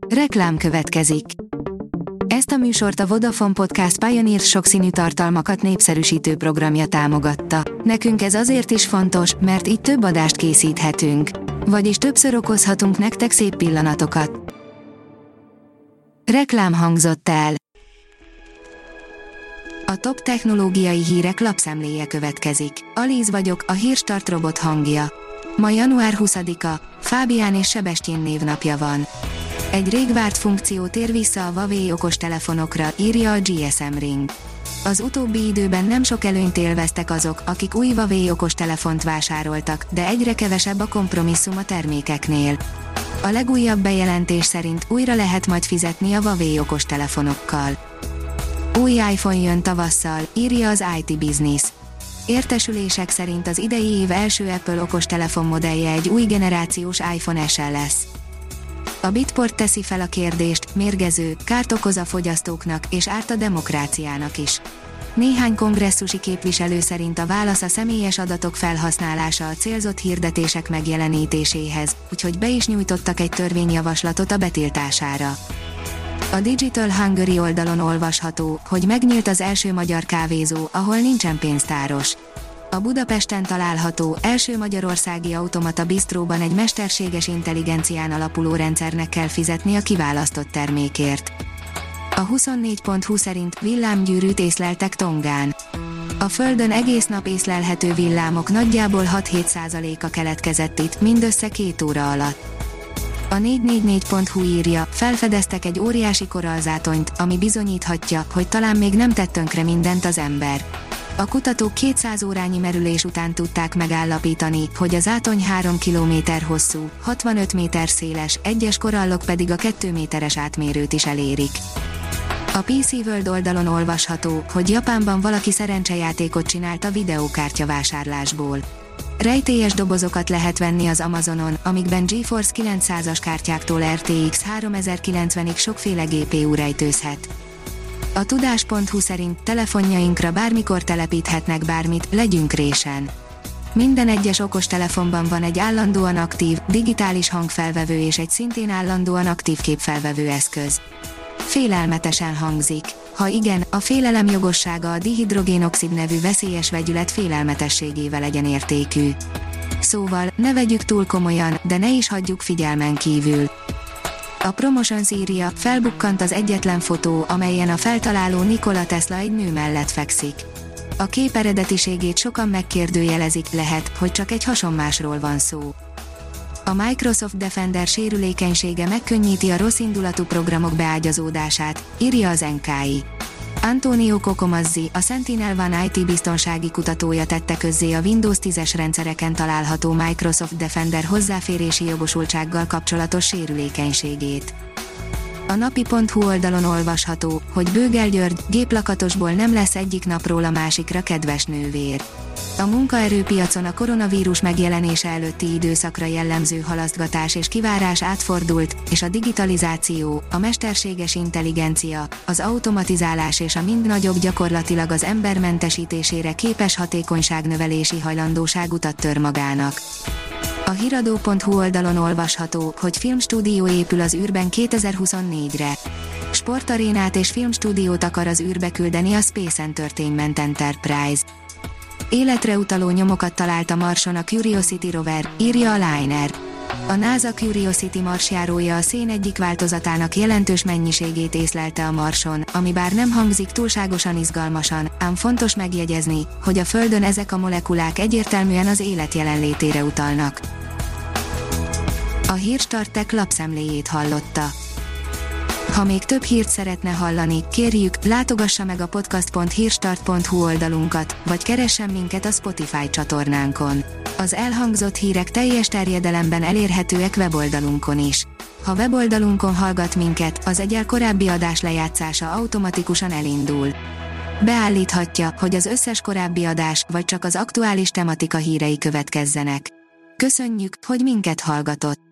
Reklám következik. Ezt a műsort a Vodafone Podcast Pioneer sokszínű tartalmakat népszerűsítő programja támogatta. Nekünk ez azért is fontos, mert így több adást készíthetünk. Vagyis többször okozhatunk nektek szép pillanatokat. Reklám hangzott el. A top technológiai hírek lapszemléje következik. Alíz vagyok, a Hírstart robot hangja. Ma január 20-a, Fábián és Sebestyén névnapja van. Egy rég várt funkció tér vissza a Huawei okostelefonokra, írja a GSM Ring. Az utóbbi időben nem sok előnyt élveztek azok, akik új Huawei okostelefont vásároltak, de egyre kevesebb a kompromisszum a termékeknél. A legújabb bejelentés szerint újra lehet majd fizetni a Huawei okostelefonokkal. Új iPhone jön tavasszal, írja az IT Business. Értesülések szerint az idei év első Apple okostelefon modellje egy új generációs iPhone SE lesz. A Bitport teszi fel a kérdést, mérgező, kárt okoz a fogyasztóknak és árt a demokráciának is. Néhány kongresszusi képviselő szerint a válasz a személyes adatok felhasználása a célzott hirdetések megjelenítéséhez, úgyhogy be is nyújtottak egy törvényjavaslatot a betiltására. A Digital Hungary oldalon olvasható, hogy megnyílt az első magyar kávézó, ahol nincsen pénztáros. A Budapesten található első magyarországi automata bistróban egy mesterséges intelligencián alapuló rendszernek kell fizetni a kiválasztott termékért. A 24.hu szerint villámgyűrűt észleltek Tongán. A Földön egész nap észlelhető villámok nagyjából 6-7%-a keletkezett itt, mindössze 2 óra alatt. A 444.hu írja, felfedeztek egy óriási korallzátonyt, ami bizonyíthatja, hogy talán még nem tett tönkre mindent az ember. A kutatók 200 órányi merülés után tudták megállapítani, hogy a zátony 3 km hosszú, 65 méter széles, egyes korallok pedig a 2 méteres átmérőt is elérik. A PC World oldalon olvasható, hogy Japánban valaki szerencsejátékot csinált a videókártya vásárlásból. Rejtélyes dobozokat lehet venni az Amazonon, amikben GeForce 900-as kártyáktól RTX 3090-ig sokféle GPU rejtőzhet. A tudás.hu szerint telefonjainkra bármikor telepíthetnek bármit, legyünk résen. Minden egyes okostelefonban van egy állandóan aktív, digitális hangfelvevő és egy szintén állandóan aktív képfelvevő eszköz. Félelmetesen hangzik. Ha igen, a félelem jogossága a dihidrogénoxid nevű veszélyes vegyület félelmetességével egyenértékű. Szóval, ne vegyük túl komolyan, de ne is hagyjuk figyelmen kívül. A Promotions írja, felbukkant az egyetlen fotó, amelyen a feltaláló Nikola Tesla egy nő mellett fekszik. A kép eredetiségét sokan megkérdőjelezik, lehet, hogy csak egy hasonmásról van szó. A Microsoft Defender sérülékenysége megkönnyíti a rosszindulatú programok beágyazódását, írja az NKI. Antonio Cocomazzi, a SentinelOne IT biztonsági kutatója tette közzé a Windows 10-es rendszereken található Microsoft Defender hozzáférési jogosultsággal kapcsolatos sérülékenységét. A napi.hu oldalon olvasható, hogy Bőgel György, géplakatosból nem lesz egyik napról a másikra kedves nővér. A munkaerőpiacon a koronavírus megjelenése előtti időszakra jellemző halasztgatás és kivárás átfordult, és a digitalizáció, a mesterséges intelligencia, az automatizálás és a mind nagyobb gyakorlatilag az ember mentesítésére képes hatékonyságnövelési hajlandóság utat tör magának. A hiradó.hu oldalon olvasható, hogy filmstúdió épül az űrben 2024-re. Sportarénát és filmstúdiót akar az űrbe küldeni a Space Entertainment Enterprise. Életre utaló nyomokat talált a Marson a Curiosity rover, írja a Liner. A NASA Curiosity marsjárója a szén egyik változatának jelentős mennyiségét észlelte a Marson, ami bár nem hangzik túlságosan izgalmasan, ám fontos megjegyezni, hogy a Földön ezek a molekulák egyértelműen az élet jelenlétére utalnak. A Hírstart Tech lapszemléjét hallotta. Ha még több hírt szeretne hallani, kérjük, látogassa meg a podcast.hírstart.hu oldalunkat, vagy keressen minket a Spotify csatornánkon. Az elhangzott hírek teljes terjedelemben elérhetőek weboldalunkon is. Ha weboldalunkon hallgat minket, az egyel korábbi adás lejátszása automatikusan elindul. Beállíthatja, hogy az összes korábbi adás, vagy csak az aktuális tematika hírei következzenek. Köszönjük, hogy minket hallgatott!